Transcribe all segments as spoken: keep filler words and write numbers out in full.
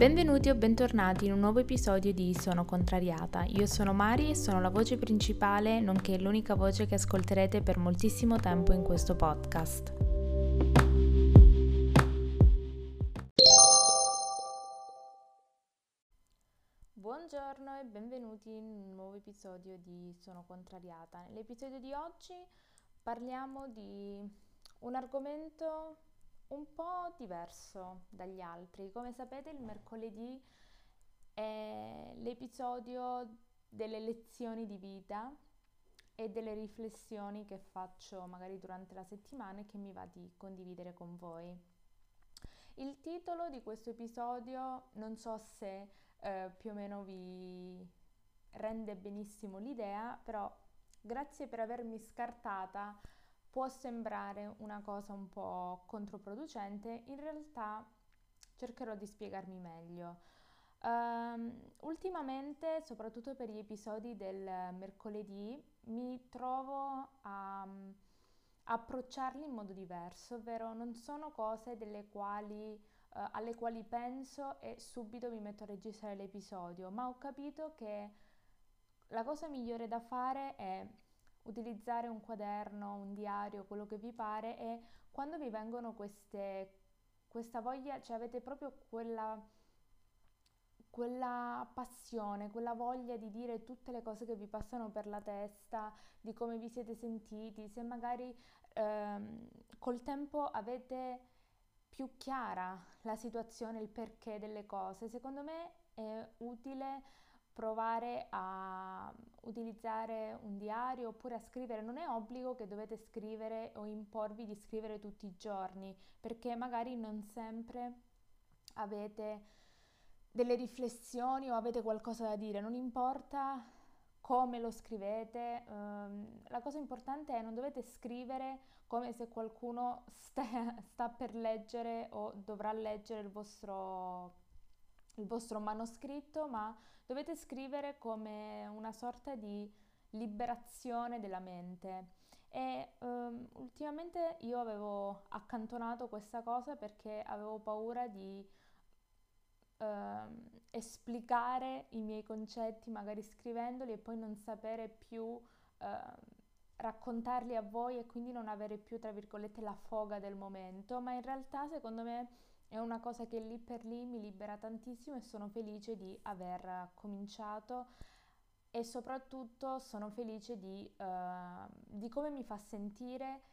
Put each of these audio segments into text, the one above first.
Benvenuti o bentornati in un nuovo episodio di Sono Contrariata. Io sono Mari e sono la voce principale, nonché l'unica voce che ascolterete per moltissimo tempo in questo podcast. Buongiorno e benvenuti in un nuovo episodio di Sono Contrariata. Nell'episodio di oggi parliamo di un argomento un po' diverso dagli altri. Come sapete, il mercoledì è l'episodio delle lezioni di vita e delle riflessioni che faccio magari durante la settimana e che mi va di condividere con voi. Il titolo di questo episodio non so se eh, più o meno vi rende benissimo l'idea, però grazie per avermi scartata. Può sembrare una cosa un po' controproducente, in realtà cercherò di spiegarmi meglio. Um, ultimamente, soprattutto per gli episodi del mercoledì, mi trovo a um, approcciarli in modo diverso, ovvero non sono cose delle quali, uh, alle quali penso e subito mi metto a registrare l'episodio, ma ho capito che la cosa migliore da fare è utilizzare un quaderno, un diario, quello che vi pare, e quando vi vengono queste, questa voglia, cioè avete proprio quella, quella passione, quella voglia di dire tutte le cose che vi passano per la testa, di come vi siete sentiti, se magari ehm, col tempo avete più chiara la situazione, il perché delle cose, secondo me è utile provare a utilizzare un diario oppure a scrivere. Non è obbligo che dovete scrivere o imporvi di scrivere tutti i giorni, perché magari non sempre avete delle riflessioni o avete qualcosa da dire, non importa come lo scrivete, ehm, la cosa importante è non dovete scrivere come se qualcuno sta, sta per leggere o dovrà leggere il vostro, il vostro manoscritto, ma dovete scrivere come una sorta di liberazione della mente. E um, ultimamente io avevo accantonato questa cosa perché avevo paura di uh, esplicare i miei concetti, magari scrivendoli, e poi non sapere più uh, raccontarli a voi e quindi non avere più, tra virgolette, la foga del momento. Ma in realtà, secondo me, è una cosa che lì per lì mi libera tantissimo e sono felice di aver cominciato, e soprattutto sono felice di, uh, di come mi fa sentire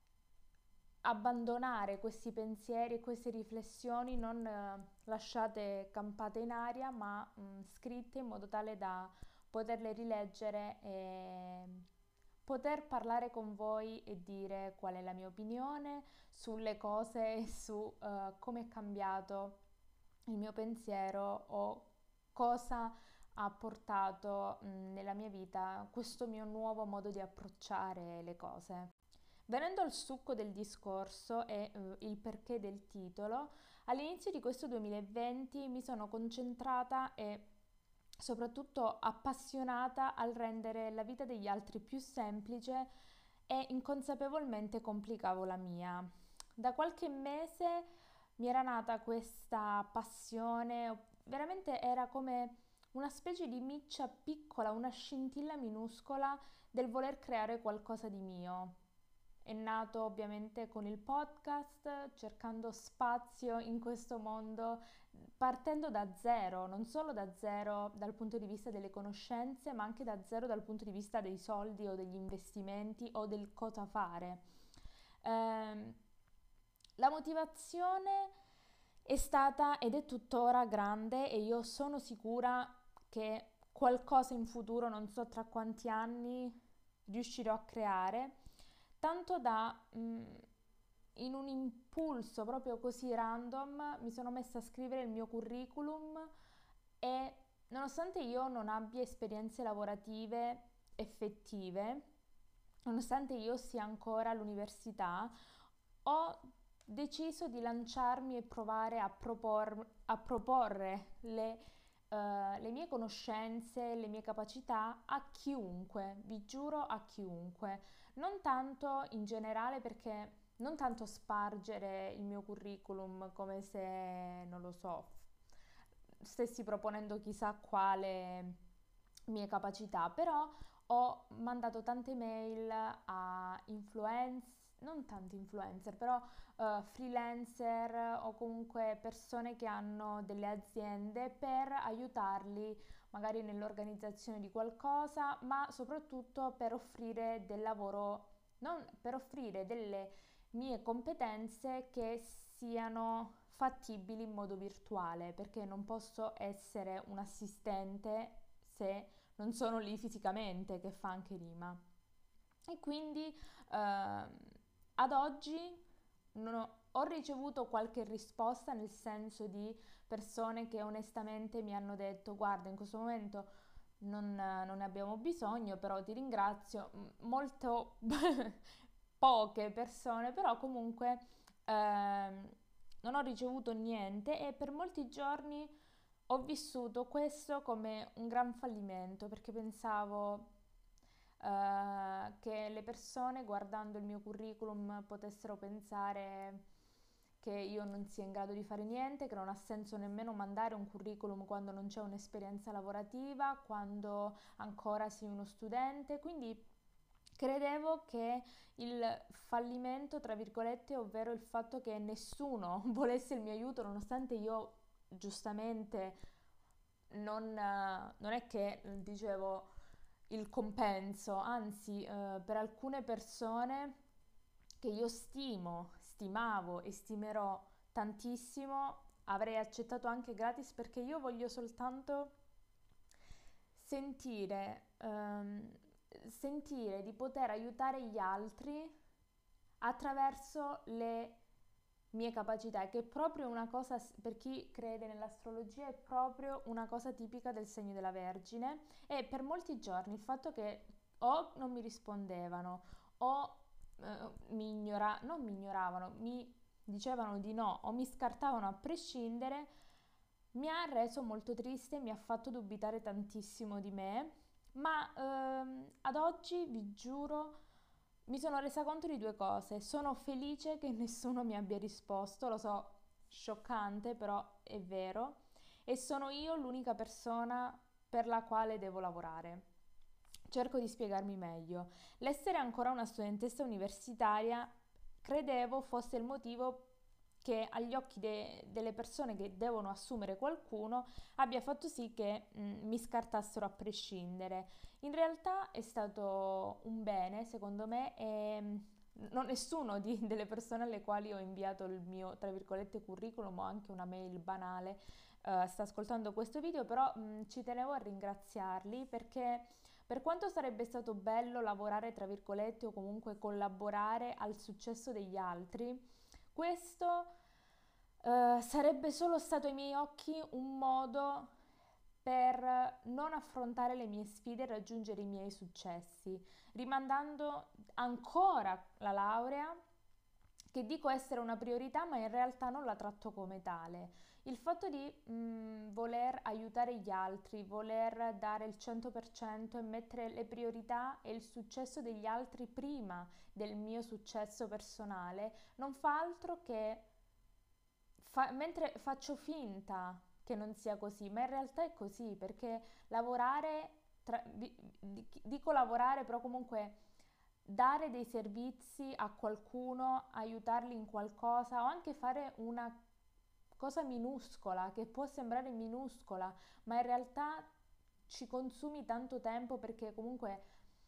abbandonare questi pensieri e queste riflessioni non uh, lasciate campate in aria, ma mh, scritte in modo tale da poterle rileggere e poter parlare con voi e dire qual è la mia opinione sulle cose e su uh, come è cambiato il mio pensiero o cosa ha portato mh, nella mia vita questo mio nuovo modo di approcciare le cose. Venendo al succo del discorso e uh, il perché del titolo, all'inizio di questo duemilaventi mi sono concentrata e soprattutto appassionata al rendere la vita degli altri più semplice, e inconsapevolmente complicavo la mia. Da qualche mese mi era nata questa passione, veramente era come una specie di miccia piccola, una scintilla minuscola del voler creare qualcosa di mio. È nato ovviamente con il podcast, cercando spazio in questo mondo, partendo da zero, non solo da zero dal punto di vista delle conoscenze, ma anche da zero dal punto di vista dei soldi o degli investimenti o del cosa fare. Eh, la motivazione è stata ed è tuttora grande, e io sono sicura che qualcosa in futuro, non so tra quanti anni, riuscirò a creare, tanto da mh, in un impulso proprio così random mi sono messa a scrivere il mio curriculum, e nonostante io non abbia esperienze lavorative effettive, nonostante io sia ancora all'università, ho deciso di lanciarmi e provare a, propor- a proporre le, uh, le mie conoscenze, le mie capacità a chiunque, vi giuro a chiunque. Non tanto in generale, perché non tanto spargere il mio curriculum come se, non lo so, stessi proponendo chissà quale mie capacità, però ho mandato tante mail a influencer, non tanti influencer, però uh, freelancer o comunque persone che hanno delle aziende per aiutarli magari nell'organizzazione di qualcosa, ma soprattutto per offrire del lavoro, non per offrire delle mie competenze che siano fattibili in modo virtuale, perché non posso essere un assistente se non sono lì fisicamente, che fa anche rima. E quindi eh, ad oggi non ho, ho ricevuto qualche risposta, nel senso di persone che onestamente mi hanno detto: guarda, in questo momento non, non ne abbiamo bisogno, però ti ringrazio. Molto poche persone, però comunque ehm, non ho ricevuto niente, e per molti giorni ho vissuto questo come un gran fallimento, perché pensavo eh, che le persone, guardando il mio curriculum, potessero pensare che io non sia in grado di fare niente, che non ha senso nemmeno mandare un curriculum quando non c'è un'esperienza lavorativa, quando ancora sei uno studente. Quindi credevo che il fallimento, tra virgolette, ovvero il fatto che nessuno volesse il mio aiuto, nonostante io giustamente non, eh, non è che dicevo il compenso, anzi, eh, per alcune persone che io stimo, stimavo e stimerò tantissimo, avrei accettato anche gratis, perché io voglio soltanto sentire, ehm, sentire di poter aiutare gli altri attraverso le mie capacità, che è proprio una cosa, per chi crede nell'astrologia, è proprio una cosa tipica del segno della Vergine. E per molti giorni il fatto che o non mi rispondevano o eh, mi ignora- non mi ignoravano, mi dicevano di no o mi scartavano a prescindere, mi ha reso molto triste e mi ha fatto dubitare tantissimo di me. Ma ehm, ad oggi vi giuro, mi sono resa conto di due cose. Sono felice che nessuno mi abbia risposto, lo so, scioccante, però è vero, e sono io l'unica persona per la quale devo lavorare. Cerco di spiegarmi meglio. L'essere ancora una studentessa universitaria credevo fosse il motivo che agli occhi de- delle persone che devono assumere qualcuno abbia fatto sì che mh, mi scartassero a prescindere. In realtà è stato un bene, secondo me, e mh, non nessuno di- delle persone alle quali ho inviato il mio, tra virgolette, curriculum o anche una mail banale eh, sta ascoltando questo video, però mh, ci tenevo a ringraziarli, perché per quanto sarebbe stato bello lavorare, tra virgolette, o comunque collaborare al successo degli altri, questo eh, sarebbe solo stato ai miei occhi un modo per non affrontare le mie sfide e raggiungere i miei successi, rimandando ancora la laurea, che dico essere una priorità, ma in realtà non la tratto come tale. Il fatto di mh, voler aiutare gli altri, voler dare il cento per cento e mettere le priorità e il successo degli altri prima del mio successo personale, non fa altro che fa- mentre faccio finta che non sia così, ma in realtà è così, perché lavorare, tra- di- di- dico lavorare, però comunque dare dei servizi a qualcuno, aiutarli in qualcosa, o anche fare una cosa minuscola, che può sembrare minuscola, ma in realtà ci consumi tanto tempo, perché comunque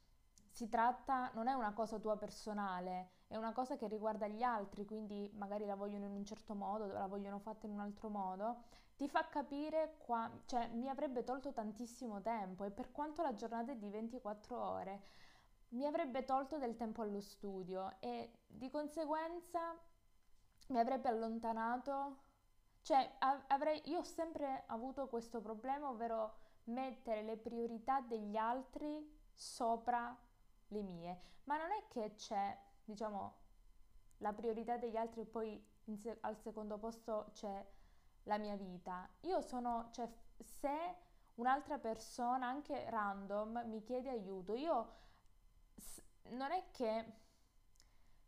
si tratta, non è una cosa tua personale, è una cosa che riguarda gli altri, quindi magari la vogliono in un certo modo, la vogliono fatta in un altro modo. Ti fa capire qua, cioè mi avrebbe tolto tantissimo tempo, e per quanto la giornata è di ventiquattro ore, mi avrebbe tolto del tempo allo studio, e di conseguenza mi avrebbe allontanato, cioè av- avrei, io ho sempre avuto questo problema, ovvero mettere le priorità degli altri sopra le mie, ma non è che c'è, diciamo, la priorità degli altri e poi in se- al secondo posto c'è la mia vita. Io sono, cioè, se un'altra persona, anche random, mi chiede aiuto, io s- non è che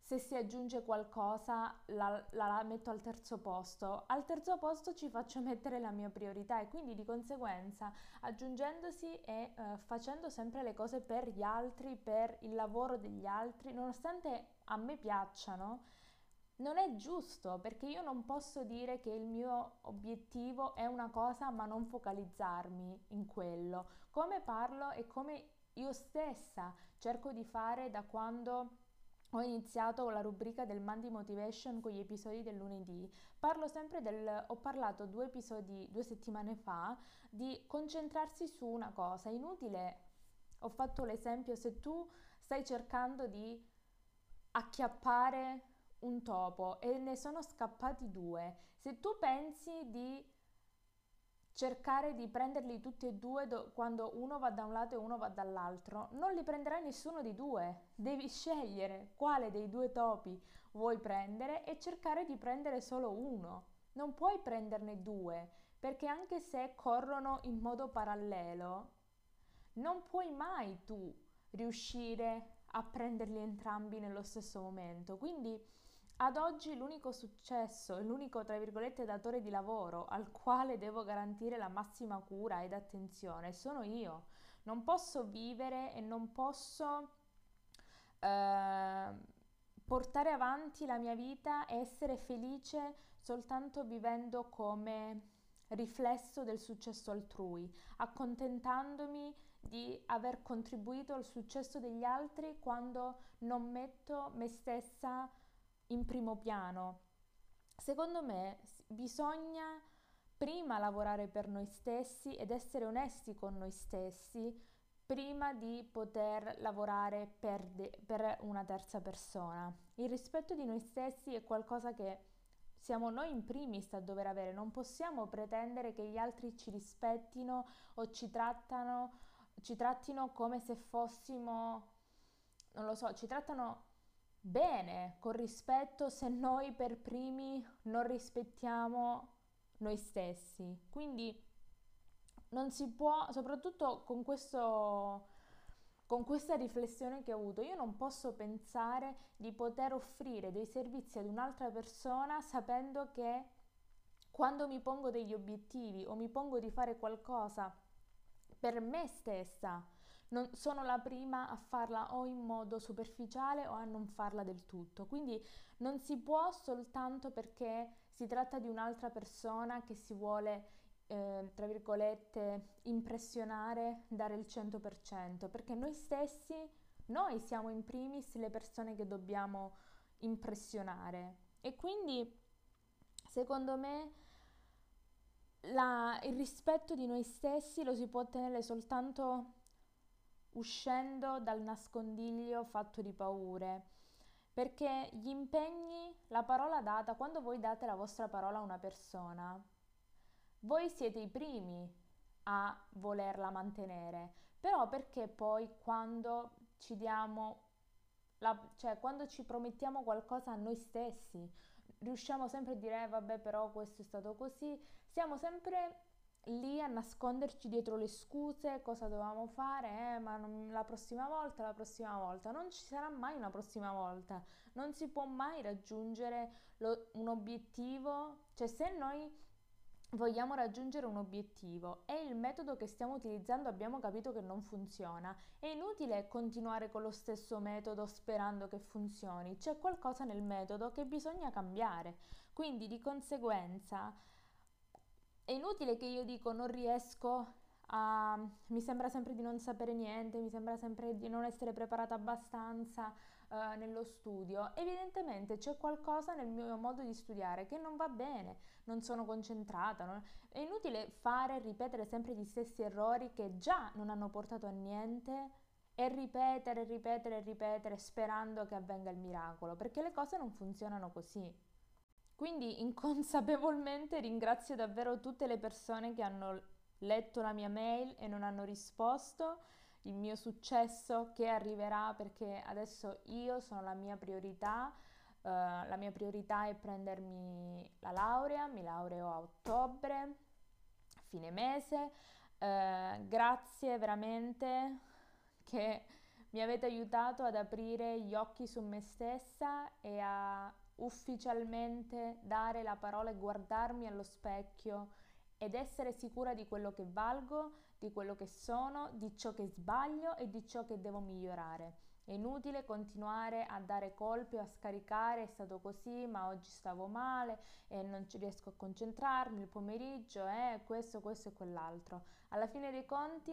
se si aggiunge qualcosa la, la, la metto al terzo posto. Al terzo posto ci faccio mettere la mia priorità e quindi di conseguenza aggiungendosi e eh, facendo sempre le cose per gli altri, per il lavoro degli altri, nonostante a me piacciono, non è giusto perché io non posso dire che il mio obiettivo è una cosa ma non focalizzarmi in quello. Come parlo e come io stessa cerco di fare da quando ho iniziato con la rubrica del Monday Motivation con gli episodi del lunedì. Parlo sempre del, ho parlato due episodi, due settimane fa, di concentrarsi su una cosa. Inutile, ho fatto l'esempio, se tu stai cercando di acchiappare un topo e ne sono scappati due, se tu pensi di cercare di prenderli tutti e due do- quando uno va da un lato e uno va dall'altro, non li prenderai nessuno di due. Devi scegliere quale dei due topi vuoi prendere e cercare di prendere solo uno. Non puoi prenderne due, perché anche se corrono in modo parallelo, non puoi mai tu riuscire a prenderli entrambi nello stesso momento. Quindi ad oggi l'unico successo e l'unico, tra virgolette, datore di lavoro al quale devo garantire la massima cura ed attenzione sono io. Non posso vivere e non posso eh, portare avanti la mia vita e essere felice soltanto vivendo come riflesso del successo altrui, accontentandomi di aver contribuito al successo degli altri quando non metto me stessa in primo piano. Secondo me bisogna prima lavorare per noi stessi ed essere onesti con noi stessi prima di poter lavorare per, de- per una terza persona. Il rispetto di noi stessi è qualcosa che siamo noi in primis a dover avere, non possiamo pretendere che gli altri ci rispettino o ci trattano, ci trattino come se fossimo, non lo so, ci trattano bene, con rispetto se noi per primi non rispettiamo noi stessi. Quindi non si può, soprattutto con questo, con questa riflessione che ho avuto, io non posso pensare di poter offrire dei servizi ad un'altra persona sapendo che quando mi pongo degli obiettivi o mi pongo di fare qualcosa per me stessa, non sono la prima a farla o in modo superficiale o a non farla del tutto. Quindi non si può soltanto perché si tratta di un'altra persona che si vuole, eh, tra virgolette, impressionare, dare il cento per cento, perché noi stessi, noi siamo in primis le persone che dobbiamo impressionare. E quindi, secondo me, la- il rispetto di noi stessi lo si può ottenere soltanto uscendo dal nascondiglio fatto di paure, perché gli impegni, la parola data, quando voi date la vostra parola a una persona, voi siete i primi a volerla mantenere, però perché poi quando ci diamo, la, cioè quando ci promettiamo qualcosa a noi stessi, riusciamo sempre a dire, eh, vabbè, però questo è stato così, siamo sempre lì a nasconderci dietro le scuse, cosa dovevamo fare, eh, ma non- la prossima volta, la prossima volta, non ci sarà mai una prossima volta, non si può mai raggiungere lo- un obiettivo, cioè se noi vogliamo raggiungere un obiettivo e il metodo che stiamo utilizzando abbiamo capito che non funziona, è inutile continuare con lo stesso metodo sperando che funzioni, c'è qualcosa nel metodo che bisogna cambiare, quindi di conseguenza è inutile che io dico non riesco a... mi sembra sempre di non sapere niente, mi sembra sempre di non essere preparata abbastanza eh, nello studio. Evidentemente c'è qualcosa nel mio modo di studiare che non va bene, non sono concentrata. non- È inutile fare e ripetere sempre gli stessi errori che già non hanno portato a niente e ripetere, ripetere e ripetere sperando che avvenga il miracolo, perché le cose non funzionano così. Quindi inconsapevolmente ringrazio davvero tutte le persone che hanno letto la mia mail e non hanno risposto, il mio successo che arriverà perché adesso io sono la mia priorità, eh, la mia priorità è prendermi la laurea, mi laureo a ottobre, fine mese, eh, grazie veramente che mi avete aiutato ad aprire gli occhi su me stessa e a ufficialmente dare la parola e guardarmi allo specchio ed essere sicura di quello che valgo, di quello che sono, di ciò che sbaglio e di ciò che devo migliorare. È inutile continuare a dare colpi o a scaricare, è stato così, ma oggi stavo male e non ci riesco a concentrarmi, il pomeriggio è questo, questo e quell'altro. Alla fine dei conti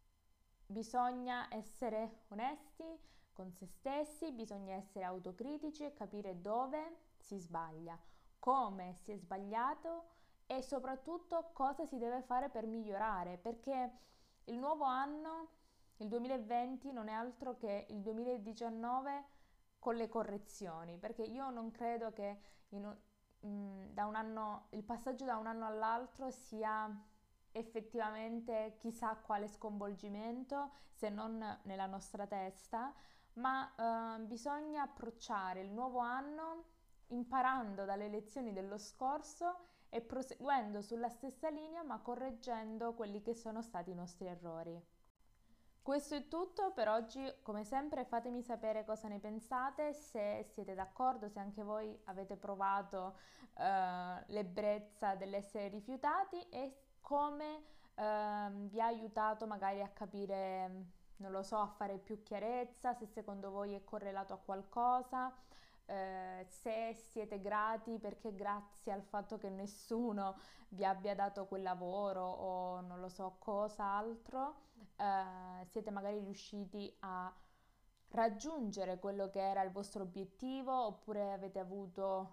bisogna essere onesti con se stessi, bisogna essere autocritici e capire dove si sbaglia, come si è sbagliato e soprattutto cosa si deve fare per migliorare, perché il nuovo anno, il duemilaventi, non è altro che il duemiladiciannove con le correzioni, perché io non credo che in un, mh, da un anno, il passaggio da un anno all'altro sia effettivamente chissà quale sconvolgimento, se non nella nostra testa, ma eh, bisogna approcciare il nuovo anno imparando dalle lezioni dello scorso e proseguendo sulla stessa linea ma correggendo quelli che sono stati i nostri errori. Questo è tutto per oggi, come sempre fatemi sapere cosa ne pensate, se siete d'accordo, se anche voi avete provato eh, l'ebbrezza dell'essere rifiutati e come eh, vi ha aiutato magari a capire, non lo so, a fare più chiarezza, se secondo voi è correlato a qualcosa. Eh, se siete grati perché grazie al fatto che nessuno vi abbia dato quel lavoro o non lo so cosa altro, eh, siete magari riusciti a raggiungere quello che era il vostro obiettivo oppure avete avuto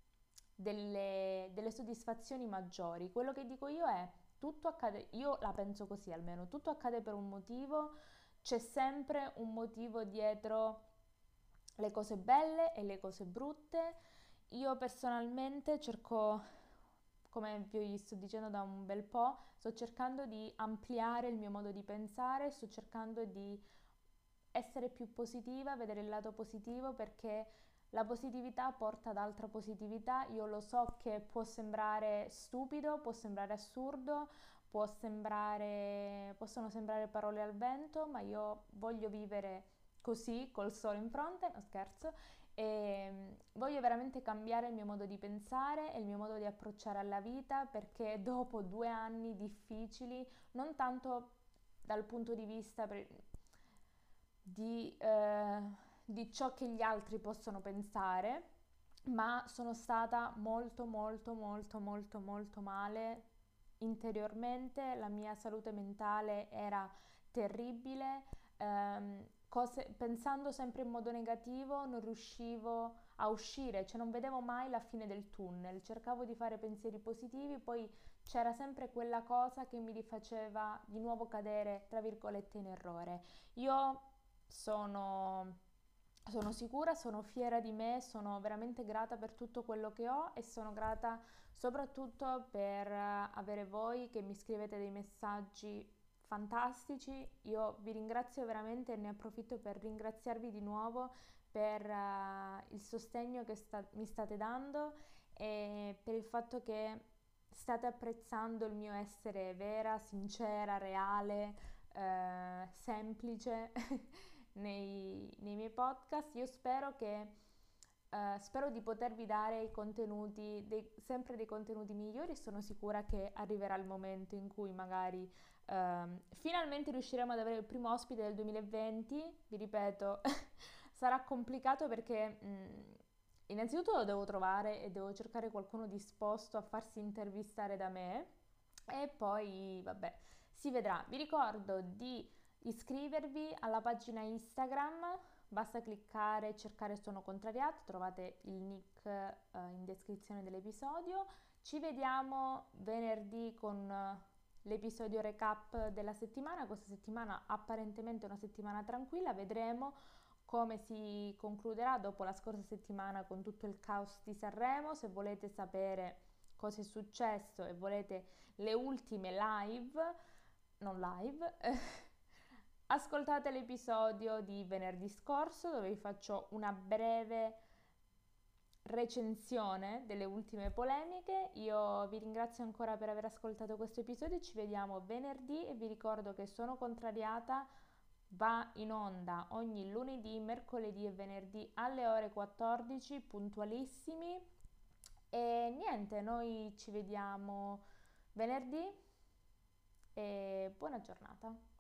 delle, delle soddisfazioni maggiori. Quello che dico io è tutto accade, io la penso così almeno, tutto accade per un motivo, c'è sempre un motivo dietro le cose belle e le cose brutte. Io personalmente cerco, come vi sto dicendo da un bel po', sto cercando di ampliare il mio modo di pensare, sto cercando di essere più positiva, vedere il lato positivo perché la positività porta ad altra positività. Io lo so che può sembrare stupido, può sembrare assurdo, può sembrare, possono sembrare parole al vento, ma io voglio vivere così, col sole in fronte, no scherzo, e voglio veramente cambiare il mio modo di pensare e il mio modo di approcciare alla vita perché dopo due anni difficili, non tanto dal punto di vista pre- di, eh, di ciò che gli altri possono pensare, ma sono stata molto molto molto molto molto male interiormente, la mia salute mentale era terribile, ehm, cose, pensando sempre in modo negativo non riuscivo a uscire, cioè non vedevo mai la fine del tunnel, cercavo di fare pensieri positivi, poi c'era sempre quella cosa che mi rifaceva di nuovo cadere, tra virgolette, in errore. Io sono, sono sicura, sono fiera di me, sono veramente grata per tutto quello che ho e sono grata soprattutto per avere voi che mi scrivete dei messaggi fantastici. Io vi ringrazio veramente e ne approfitto per ringraziarvi di nuovo per uh, il sostegno che sta- mi state dando e per il fatto che state apprezzando il mio essere vera, sincera, reale, eh, semplice nei, nei miei podcast. Io spero che Uh, spero di potervi dare i contenuti, dei, sempre dei contenuti migliori. Sono sicura che arriverà il momento in cui magari uh, finalmente riusciremo ad avere il primo ospite del duemilaventi. Vi ripeto, sarà complicato perché mh, innanzitutto lo devo trovare e devo cercare qualcuno disposto a farsi intervistare da me e poi vabbè, si vedrà. Vi ricordo di iscrivervi alla pagina Instagram. Basta cliccare e cercare Sono Contrariato, trovate il nick eh, in descrizione dell'episodio. Ci vediamo venerdì con eh, l'episodio recap della settimana. Questa settimana apparentemente è una settimana tranquilla, vedremo come si concluderà dopo la scorsa settimana con tutto il caos di Sanremo. Se volete sapere cosa è successo e volete le ultime live, non live, ascoltate l'episodio di venerdì scorso dove vi faccio una breve recensione delle ultime polemiche. Io vi ringrazio ancora per aver ascoltato questo episodio, ci vediamo venerdì e vi ricordo che Sono Contrariata va in onda ogni lunedì, mercoledì e venerdì alle ore quattordici, puntualissimi. E niente, noi ci vediamo venerdì e buona giornata.